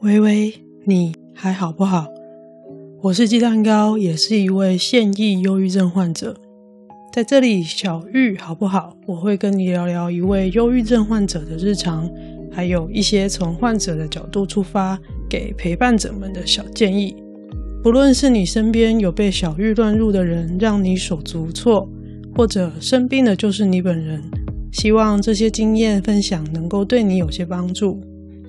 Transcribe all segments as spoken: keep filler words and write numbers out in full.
喂喂，你还好不好？我是鸡蛋糕，也是一位现役忧郁症患者。在这里，小玉好不好？我会跟你聊聊一位忧郁症患者的日常，还有一些从患者的角度出发，给陪伴者们的小建议。不论是你身边有被小玉乱入的人让你手足无措，或者生病的就是你本人，希望这些经验分享能够对你有些帮助。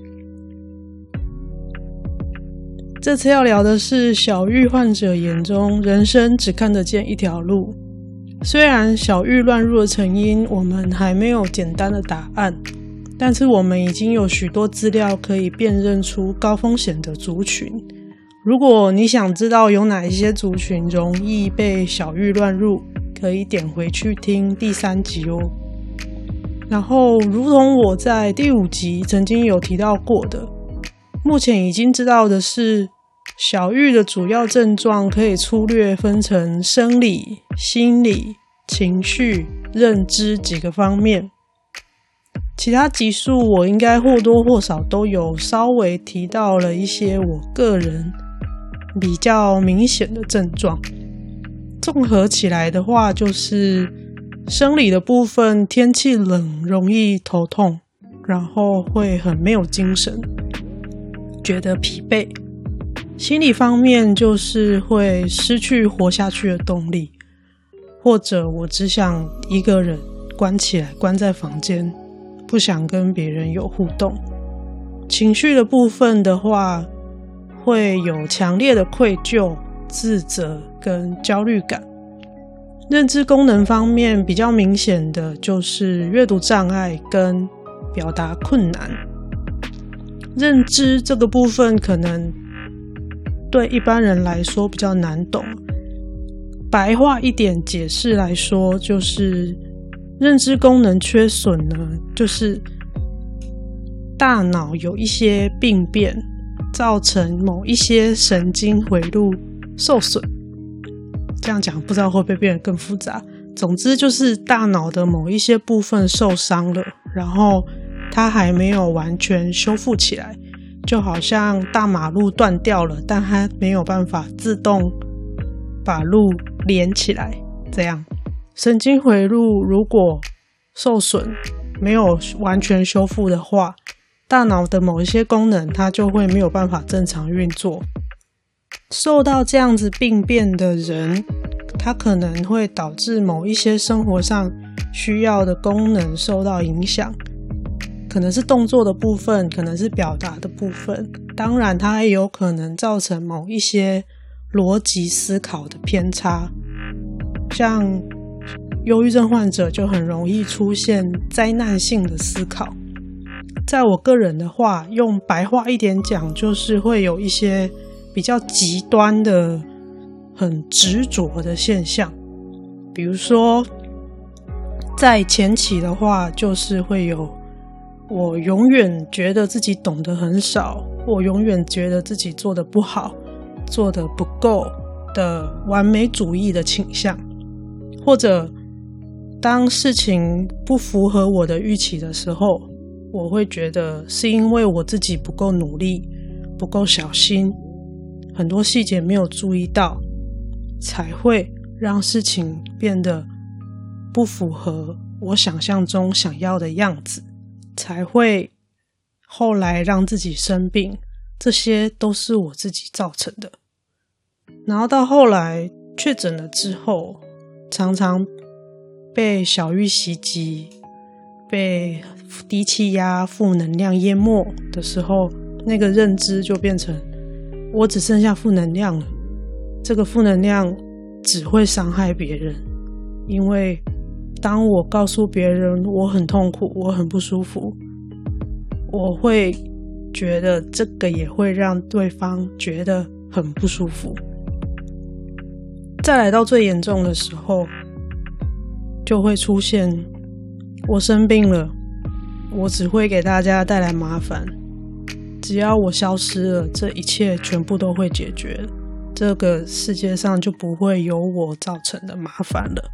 这次要聊的是小郁患者眼中人生只看得见一条路。虽然小郁乱入的成因我们还没有简单的答案，但是我们已经有许多资料可以辨认出高风险的族群。如果你想知道有哪一些族群容易被小郁乱入，可以点回去听第三集哦。然后如同我在第五集曾经有提到过的，目前已经知道的是，小郁的主要症状可以粗略分成生理、心理、情绪、认知几个方面。其他集数我应该或多或少都有稍微提到了一些我个人比较明显的症状。综合起来的话，就是生理的部分，天气冷容易头痛，然后会很没有精神，觉得疲惫。心理方面就是会失去活下去的动力，或者我只想一个人关起来，关在房间，不想跟别人有互动。情绪的部分的话，会有强烈的愧疚、自责跟焦虑感。认知功能方面比较明显的就是阅读障碍跟表达困难。认知这个部分可能对一般人来说比较难懂，白话一点解释来说，就是认知功能缺损呢，就是大脑有一些病变，造成某一些神经回路受损。这样讲不知道会不会变得更复杂。总之就是大脑的某一些部分受伤了，然后它还没有完全修复起来，就好像大马路断掉了，但它没有办法自动把路连起来。这样神经回路如果受损，没有完全修复的话，大脑的某一些功能它就会没有办法正常运作。受到这样子病变的人，他可能会导致某一些生活上需要的功能受到影响，可能是动作的部分，可能是表达的部分，当然它也有可能造成某一些逻辑思考的偏差。像忧郁症患者就很容易出现灾难性的思考。在我个人的话，用白话一点讲，就是会有一些比较极端的很执着的现象。比如说在前期的话，就是会有我永远觉得自己懂得很少，我永远觉得自己做得不好，做得不够的完美主义的倾向。或者当事情不符合我的预期的时候，我会觉得是因为我自己不够努力，不够小心，很多细节没有注意到，才会让事情变得不符合我想象中想要的样子，才会后来让自己生病。这些都是我自己造成的。然后到后来确诊了之后，常常被小郁袭击，被低气压、负能量淹没的时候，那个认知就变成我只剩下负能量了。这个负能量只会伤害别人，因为当我告诉别人我很痛苦，我很不舒服，我会觉得这个也会让对方觉得很不舒服。再来到最严重的时候，就会出现我生病了，我只会给大家带来麻烦，只要我消失了，这一切全部都会解决了，这个世界上就不会有我造成的麻烦了。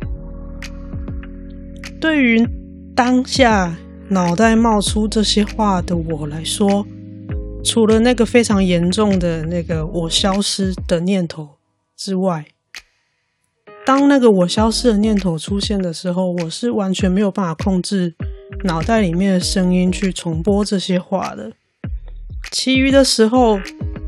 对于当下脑袋冒出这些话的我来说， 除了那个非常严重的那个我消失的念头之外，当那个我消失的念头出现的时候，我是完全没有办法控制脑袋里面的声音去重播这些话的。其余的时候，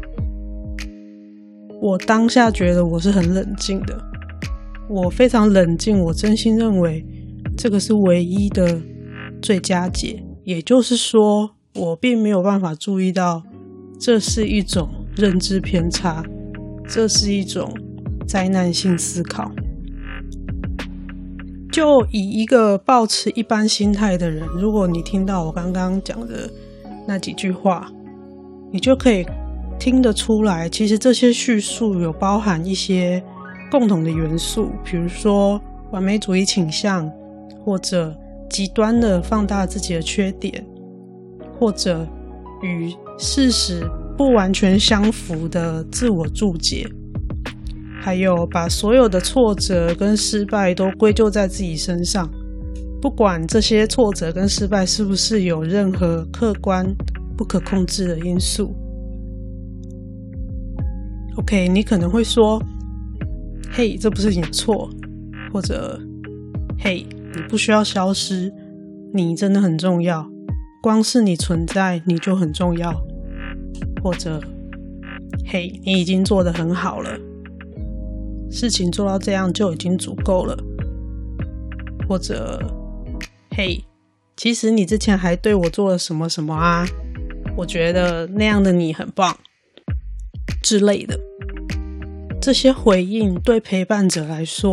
我当下觉得我是很冷静的，我非常冷静，我真心认为这个是唯一的最佳解，也就是说我并没有办法注意到这是一种认知偏差，这是一种灾难性思考。就以一个抱持一般心态的人，如果你听到我刚刚讲的那几句话，你就可以听得出来，其实这些叙述有包含一些共同的元素，比如说完美主义倾向，或者极端的放大自己的缺点，或者与事实不完全相符的自我注解，还有把所有的挫折跟失败都归咎在自己身上，不管这些挫折跟失败是不是有任何客观不可控制的因素。 OK， 你可能会说，嘿，这不是你的错，或者嘿，你不需要消失，你真的很重要，光是你存在你就很重要，或者嘿，你已经做得很好了，事情做到这样就已经足够了，或者嘿，其实你之前还对我做了什么什么啊，我觉得那样的你很棒之类的。这些回应对陪伴者来说，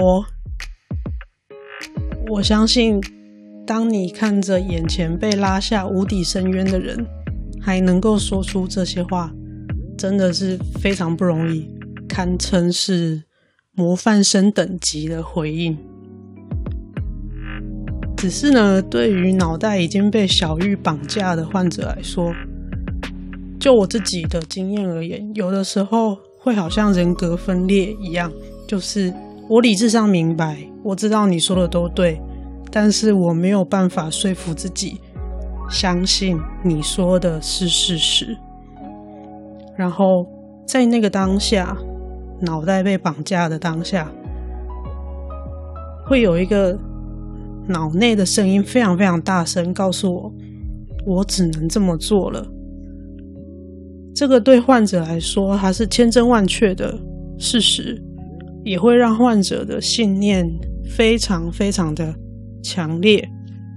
我相信当你看着眼前被拉下无底深渊的人还能够说出这些话，真的是非常不容易，堪称是模范生等级的回应。只是呢，对于脑袋已经被小玉绑架的患者来说，就我自己的经验而言，有的时候会好像人格分裂一样，就是我理智上明白，我知道你说的都对，但是我没有办法说服自己相信你说的是事实。然后在那个当下，脑袋被绑架的当下，会有一个脑内的声音非常非常大声告诉我，我只能这么做了。这个对患者来说它是千真万确的事实，也会让患者的信念非常非常的强烈。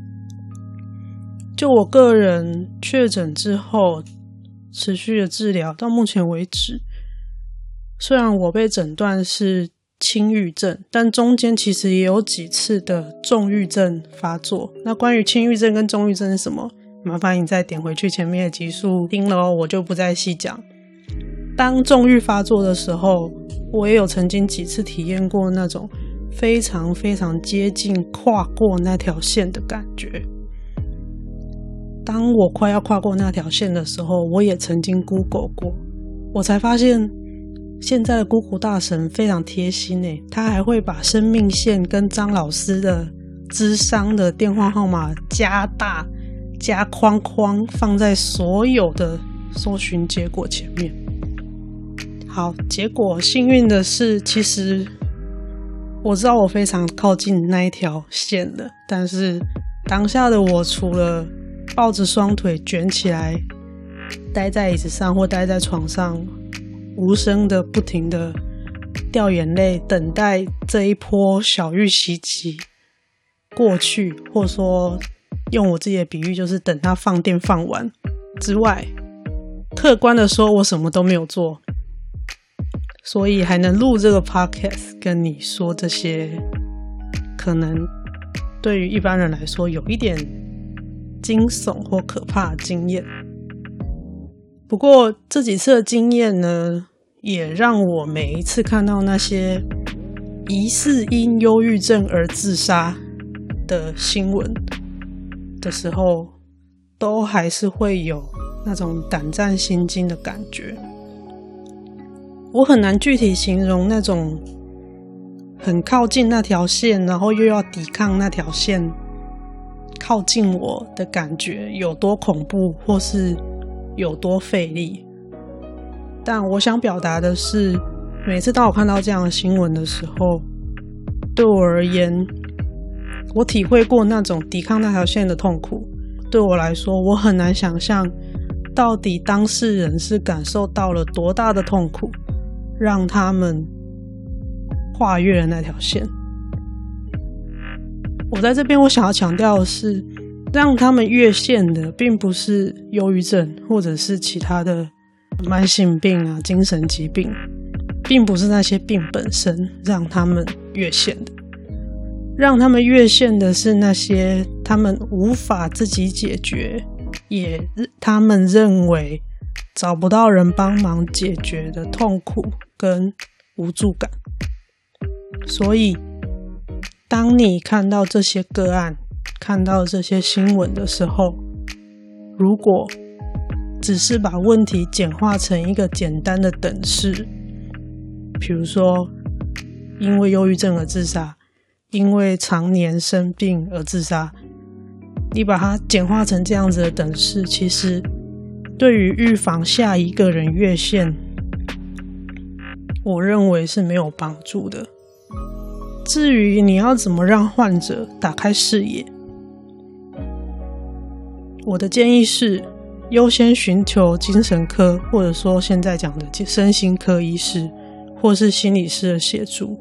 就我个人确诊之后持续的治疗到目前为止，虽然我被诊断是轻郁症，但中间其实也有几次的重郁症发作。那关于轻郁症跟重郁症是什么，麻烦你再点回去前面的集数听了哦，我就不再细讲。当重郁发作的时候，我也有曾经几次体验过那种非常非常接近跨过那条线的感觉。当我快要跨过那条线的时候，我也曾经 Google 过，我才发现现在的 Google 大神非常贴心耶，他还会把生命线跟张老师的諮商的电话号码加大加框框放在所有的搜寻结果前面。好，结果幸运的是，其实我知道我非常靠近那一条线了，但是当下的我除了抱着双腿卷起来待在椅子上或待在床上，无声的不停的掉眼泪，等待这一波小玉袭击过去，或说用我自己的比喻就是等它放电放完之外，客观的说我什么都没有做，所以还能录这个 podcast 跟你说这些可能对于一般人来说有一点惊悚或可怕的经验。不过这几次的经验呢，也让我每一次看到那些疑似因忧郁症而自杀的新闻的时候，都还是会有那种胆战心惊的感觉。我很难具体形容那种很靠近那条线，然后又要抵抗那条线靠近我的感觉有多恐怖，或是有多费力。但我想表达的是，每次当我看到这样的新闻的时候，对我而言，我体会过那种抵抗那条线的痛苦。对我来说，我很难想象到底当事人是感受到了多大的痛苦，让他们跨越了那条线。我在这边我想要强调的是，让他们越线的并不是忧郁症或者是其他的慢性病啊、精神疾病，并不是那些病本身让他们越线的。让他们越线的是那些他们无法自己解决，也他们认为找不到人帮忙解决的痛苦跟无助感。所以当你看到这些个案，看到这些新闻的时候，如果只是把问题简化成一个简单的等式，比如说因为忧郁症而自杀，因为常年生病而自杀，你把它简化成这样子的等式，其实对于预防下一个人越线，我认为是没有帮助的。至于你要怎么让患者打开视野，我的建议是优先寻求精神科，或者说现在讲的身心科医师或是心理师的协助，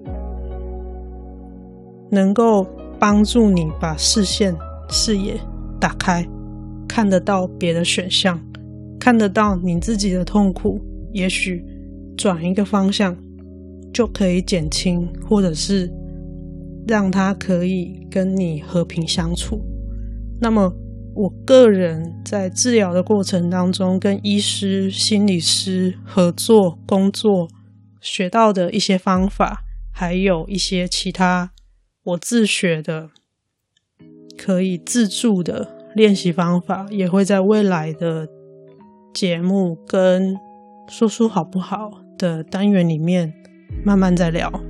能够帮助你把视线视野打开，看得到别的选项，看得到你自己的痛苦，也许转一个方向就可以减轻，或者是让他可以跟你和平相处。那么我个人在治疗的过程当中，跟医师、心理师合作工作学到的一些方法，还有一些其他我自学的可以自助的练习方法，也会在未来的节目跟说书好不好的单元里面慢慢再聊。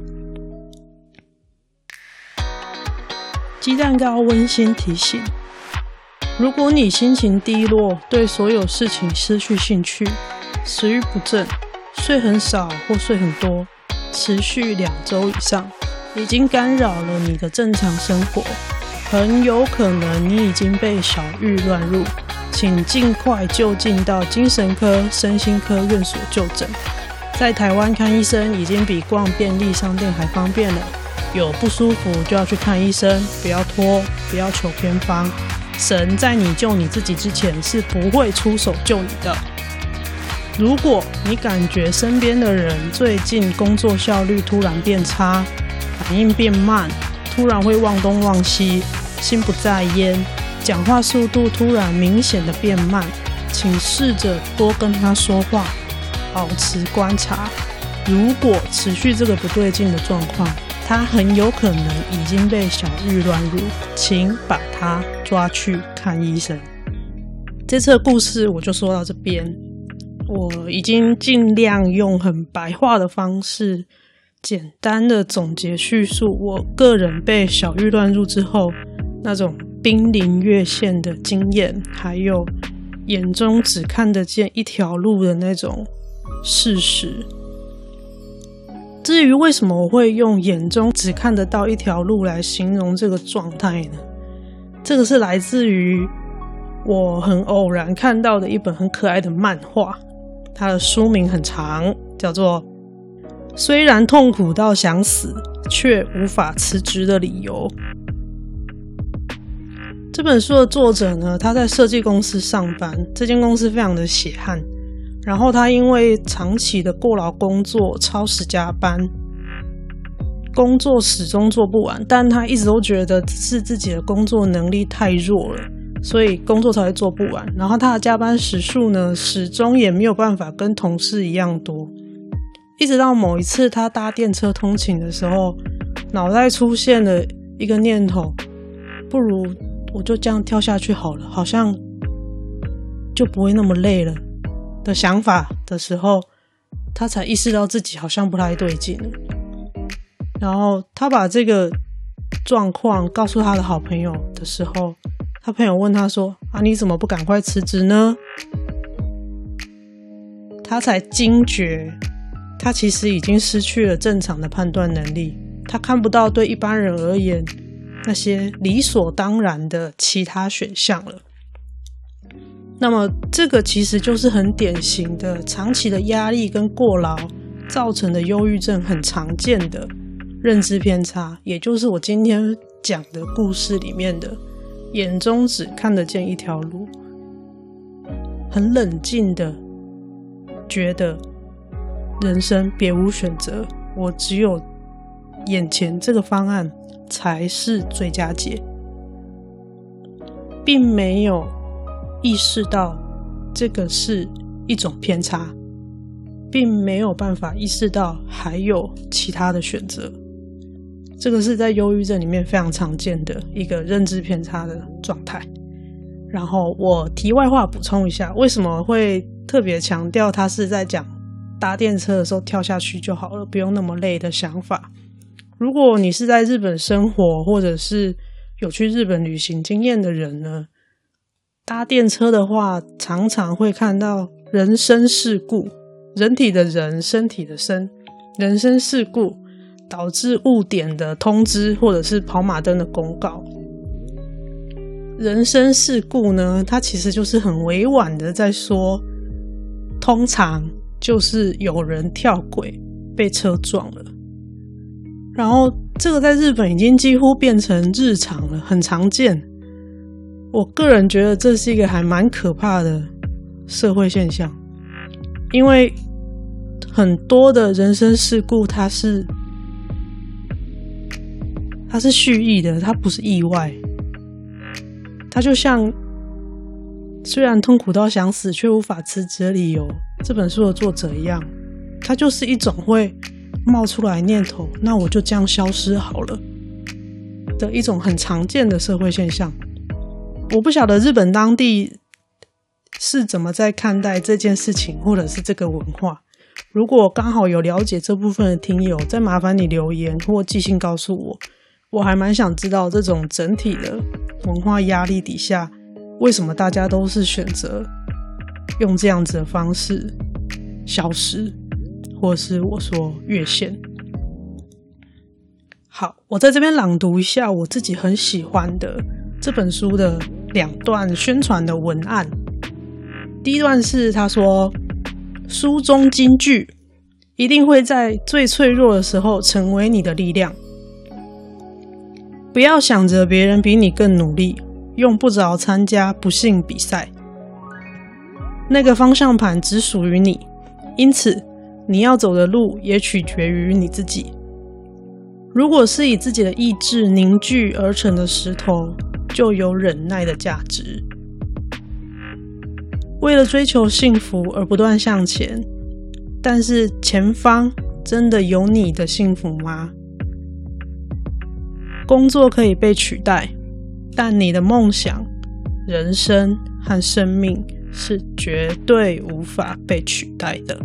鸡蛋糕温馨提醒，如果你心情低落，对所有事情失去兴趣，食欲不振，睡很少或睡很多，持续两周以上，已经干扰了你的正常生活，很有可能你已经被小郁乱入，请尽快就近到精神科、身心科院所就诊。在台湾看医生已经比逛便利商店还方便了，有不舒服就要去看医生，不要拖，不要求偏方。神在你救你自己之前是不会出手救你的。如果你感觉身边的人最近工作效率突然变差，反应变慢，突然会忘东忘西，心不在焉，讲话速度突然明显的变慢，请试着多跟他说话，保持观察。如果持续这个不对劲的状况，他很有可能已经被小郁乱入，请把他抓去看医生。这次的故事我就说到这边，我已经尽量用很白话的方式简单的总结叙述我个人被小郁乱入之后那种濒临越线的经验，还有眼中只看得见一条路的那种事实。至于为什么我会用眼中只看得到一条路来形容这个状态呢？这个是来自于我很偶然看到的一本很可爱的漫画，它的书名很长，叫做虽然痛苦到想死，却无法辞职的理由。这本书的作者呢，他在设计公司上班，这间公司非常的血汗，然后他因为长期的过劳工作、超时加班，工作始终做不完，但他一直都觉得是自己的工作能力太弱了，所以工作才会做不完。然后他的加班时数呢，始终也没有办法跟同事一样多。一直到某一次他搭电车通勤的时候，脑袋出现了一个念头，不如我就这样跳下去好了，好像就不会那么累了的想法的时候，他才意识到自己好像不太对劲了。然后他把这个状况告诉他的好朋友的时候，他朋友问他说：啊，你怎么不赶快辞职呢？ 他才惊觉他其实已经失去了正常的判断能力，他看不到对一般人而言那些理所当然的其他选项了。那么这个其实就是很典型的长期的压力跟过劳造成的忧郁症很常见的认知偏差，也就是我今天讲的故事里面的眼中只看得见一条路，很冷静的觉得人生别无选择，我只有眼前这个方案才是最佳解，并没有意识到这个是一种偏差，并没有办法意识到还有其他的选择。这个是在忧郁症里面非常常见的一个认知偏差的状态。然后我题外话补充一下，为什么会特别强调他是在讲搭电车的时候跳下去就好了，不用那么累的想法。如果你是在日本生活，或者是有去日本旅行经验的人呢，搭电车的话常常会看到人身事故，人体的人，身体的身，人身事故导致误点的通知或者是跑马灯的公告。人身事故呢，它其实就是很委婉的在说，通常就是有人跳轨被车撞了，然后这个在日本已经几乎变成日常了，很常见。我个人觉得这是一个还蛮可怕的社会现象，因为很多的人身事故它是它是蓄意的，它不是意外。它就像虽然痛苦到想死却无法辞职的理由这本书的作者一样，它就是一种会冒出来念头，那我就这样消失好了的一种很常见的社会现象。我不晓得日本当地是怎么在看待这件事情，或者是这个文化。如果刚好有了解这部分的听友，再麻烦你留言或寄信告诉我，我还蛮想知道这种整体的文化压力底下，为什么大家都是选择用这样子的方式消失，或是我说越线。好，我在这边朗读一下我自己很喜欢的这本书的两段宣传的文案。第一段是他说，书中金句一定会在最脆弱的时候成为你的力量。不要想着别人比你更努力，用不着参加不幸比赛。那个方向盘只属于你，因此你要走的路也取决于你自己。如果是以自己的意志凝聚而成的石头，就有忍耐的价值。为了追求幸福而不断向前，但是前方真的有你的幸福吗？工作可以被取代，但你的梦想、人生和生命是绝对无法被取代的。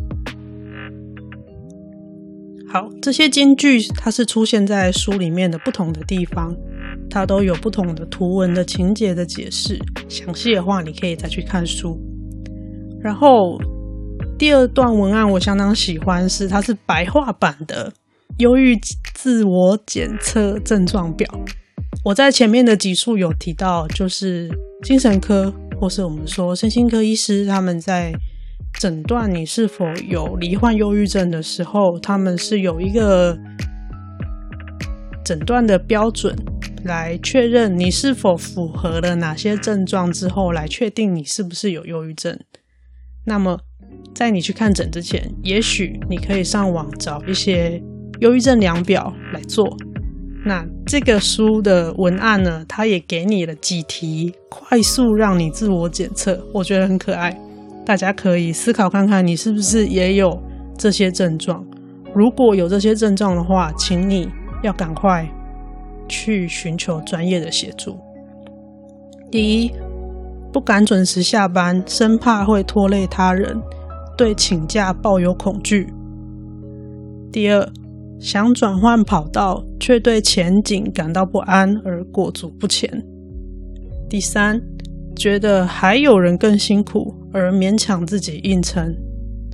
好，这些金句它是出现在书里面的不同的地方，它都有不同的图文的情节的解释，详细的话你可以再去看书。然后第二段文案我相当喜欢，是它是白话版的忧郁自我检测症状表。我在前面的集数有提到，就是精神科或是我们说身心科医师，他们在诊断你是否有罹患忧郁症的时候，他们是有一个诊断的标准来确认你是否符合了哪些症状之后，来确定你是不是有忧郁症。那么在你去看诊之前，也许你可以上网找一些忧郁症量表来做。那这个书的文案呢，它也给你了几题快速让你自我检测，我觉得很可爱。大家可以思考看看你是不是也有这些症状，如果有这些症状的话，请你要赶快去寻求专业的协助。第一，不敢准时下班，生怕会拖累他人，对请假抱有恐惧。第二，想转换跑道，却对前景感到不安而裹足不前。第三，觉得还有人更辛苦而勉强自己硬撑。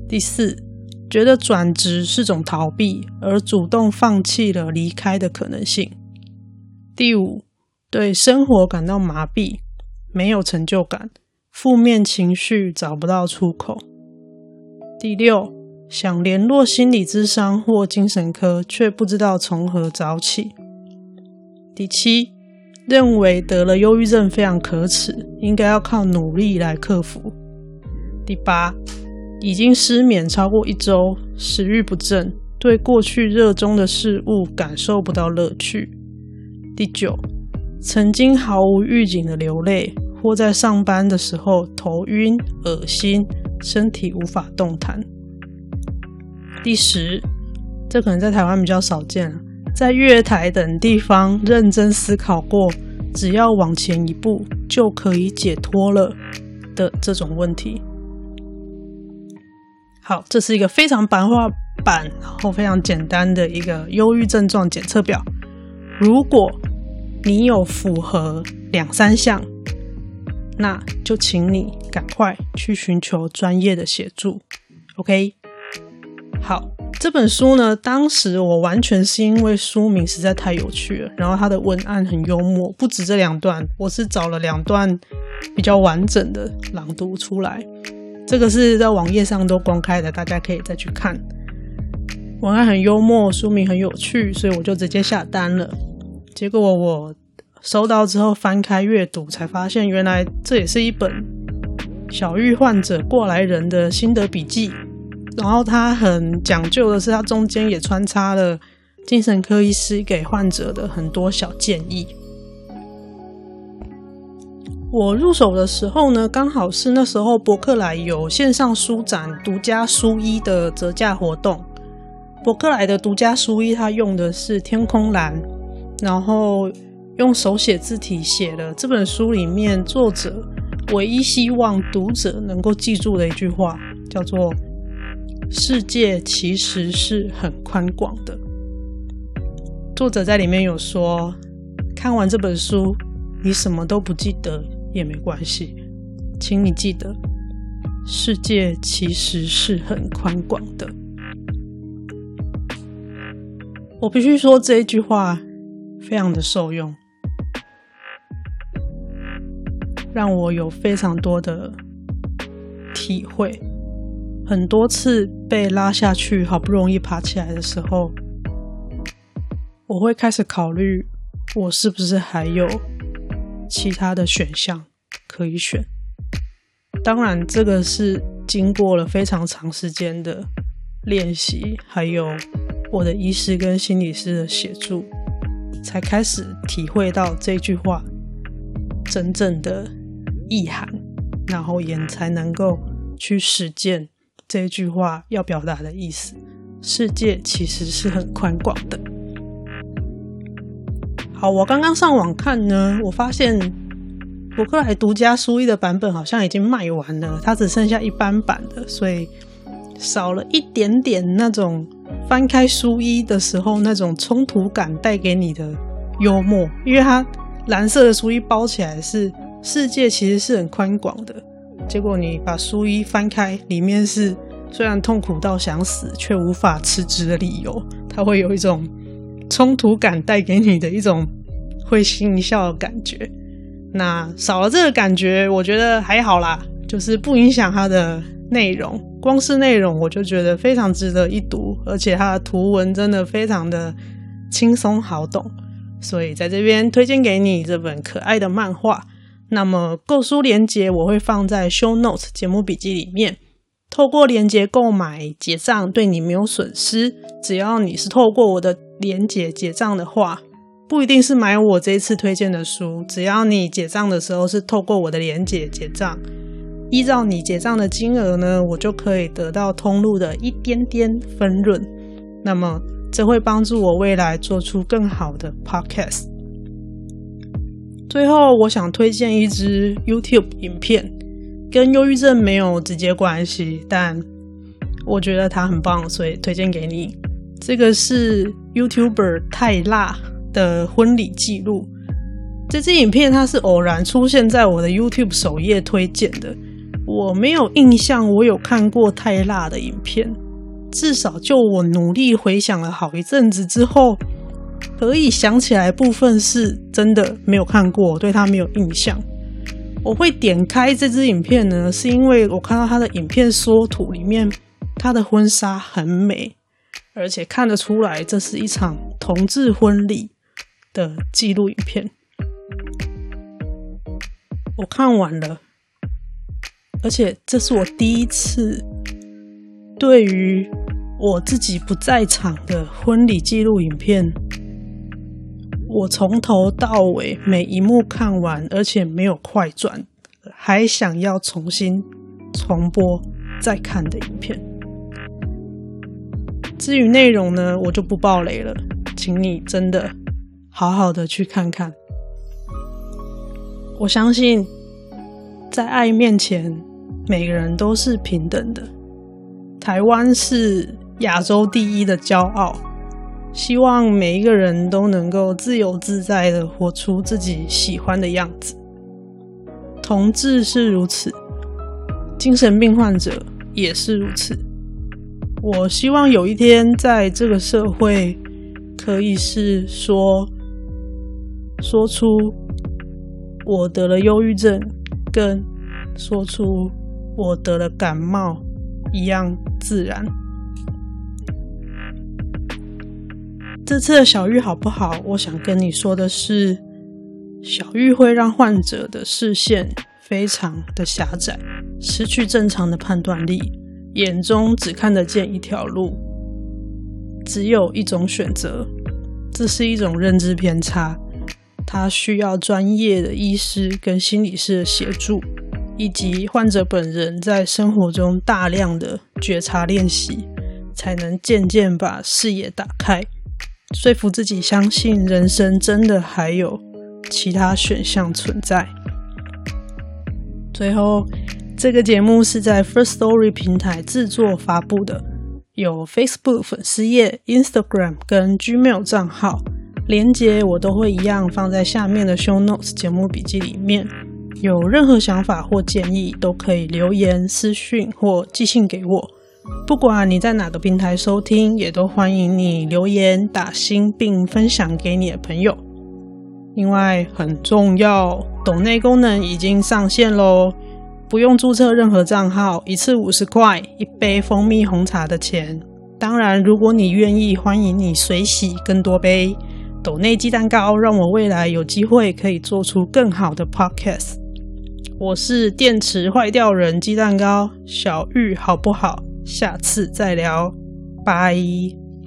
第四，觉得转职是种逃避，而主动放弃了离开的可能性。第五，对生活感到麻痹，没有成就感，负面情绪找不到出口。第六，想联络心理咨商或精神科，却不知道从何找起。第七，认为得了忧郁症非常可耻，应该要靠努力来克服。第八，已经失眠超过一周，食欲不振，对过去热衷的事物感受不到乐趣。第九，曾经毫无预警的流泪，或在上班的时候头晕、恶心，身体无法动弹。第十，这可能在台湾比较少见，在月台等地方认真思考过，只要往前一步就可以解脱了的这种问题。好，这是一个非常白话版，然后非常简单的一个忧郁症状检测表。如果你有符合两三项，那就请你赶快去寻求专业的协助。 OK， 好，这本书呢，当时我完全是因为书名实在太有趣了，然后它的文案很幽默，不止这两段，我是找了两段比较完整的朗读出来，这个是在网页上都公开的，大家可以再去看。文案很幽默，书名很有趣，所以我就直接下单了。结果我收到之后翻开阅读，才发现原来这也是一本小郁患者过来人的心得笔记，然后他很讲究的是，他中间也穿插了精神科医师给患者的很多小建议。我入手的时候呢，刚好是那时候博客来有线上书展独家书衣的折价活动。博客来的独家书衣，它用的是天空蓝，然后用手写字体写了这本书里面作者唯一希望读者能够记住的一句话，叫做世界其实是很宽广的。作者在里面有说，看完这本书你什么都不记得也没关系，请你记得世界其实是很宽广的。我必须说这一句话非常的受用，让我有非常多的体会。很多次被拉下去好不容易爬起来的时候，我会开始考虑我是不是还有其他的选项可以选。当然这个是经过了非常长时间的练习，还有我的医师跟心理师的协助，才开始体会到这句话真正的意涵，然后也才能够去实践这句话要表达的意思。世界其实是很宽广的。好，我刚刚上网看呢，我发现博客来独家书衣的版本好像已经卖完了，它只剩下一般版的，所以少了一点点那种翻开书衣的时候那种冲突感带给你的幽默，因为它蓝色的书衣包起来是世界其实是很宽广的，结果你把书衣翻开，里面是虽然痛苦到想死却无法辞职的理由，它会有一种冲突感带给你的一种会心一笑的感觉。那少了这个感觉我觉得还好啦，就是不影响它的内容，光是内容我就觉得非常值得一读，而且它的图文真的非常的轻松好懂，所以在这边推荐给你这本可爱的漫画。那么购书连结我会放在 show notes 节目笔记里面，透过连结购买结账对你没有损失，只要你是透过我的连结结账的话，不一定是买我这一次推荐的书，只要你结账的时候是透过我的连结结账，依照你结账的金额呢，我就可以得到通路的一点点分润，那么这会帮助我未来做出更好的 podcast。 最后我想推荐一支 YouTube 影片，跟忧郁症没有直接关系，但我觉得它很棒，所以推荐给你。这个是 YouTuber 太辣的婚礼记录，这支影片它是偶然出现在我的 YouTube 首页推荐的， 我没有印象我有看过太辣的影片，至少就我努力回想了好一阵子之后，可以想起来部分是真的没有看过，对它没有印象。我会点开这支影片呢，是因为我看到它的影片缩图里面，它的婚纱很美，而且看得出来这是一场同志婚礼的纪录影片。我看完了，而且这是我第一次对于我自己不在场的婚礼纪录影片，我从头到尾每一幕看完，而且没有快转，还想要重新重播再看的影片。至于内容呢，我就不爆雷了，请你真的好好的去看看。我相信在爱面前每个人都是平等的，台湾是亚洲第一的骄傲，希望每一个人都能够自由自在的活出自己喜欢的样子。同志是如此，精神病患者也是如此。我希望有一天在这个社会可以是说说出我得了忧郁症跟说出我得了感冒一样自然。这次的小郁好不好，我想跟你说的是，小郁会让患者的视线非常的狭窄，失去正常的判断力，眼中只看得见一条路，只有一种选择。这是一种认知偏差，它需要专业的医师跟心理师的协助，以及患者本人在生活中大量的觉察练习，才能渐渐把视野打开，说服自己相信人生真的还有其他选项存在。最后，这个节目是在 Firstory 平台制作发布的，有 Facebook 粉丝页、Instagram 跟 Gmail 账号，连结我都会一样放在下面的 Show Notes 节目笔记里面。有任何想法或建议都可以留言、私讯或寄信给我。不管你在哪个平台收听，也都欢迎你留言、打星并分享给你的朋友。另外很重要，抖内功能已经上线咯，不用注册任何账号，一次五十块，一杯蜂蜜红茶的钱。当然如果你愿意，欢迎你随喜更多杯。抖内鸡蛋糕让我未来有机会可以做出更好的 podcast。 我是电池坏掉人鸡蛋糕，小郁好不好？下次再聊，拜。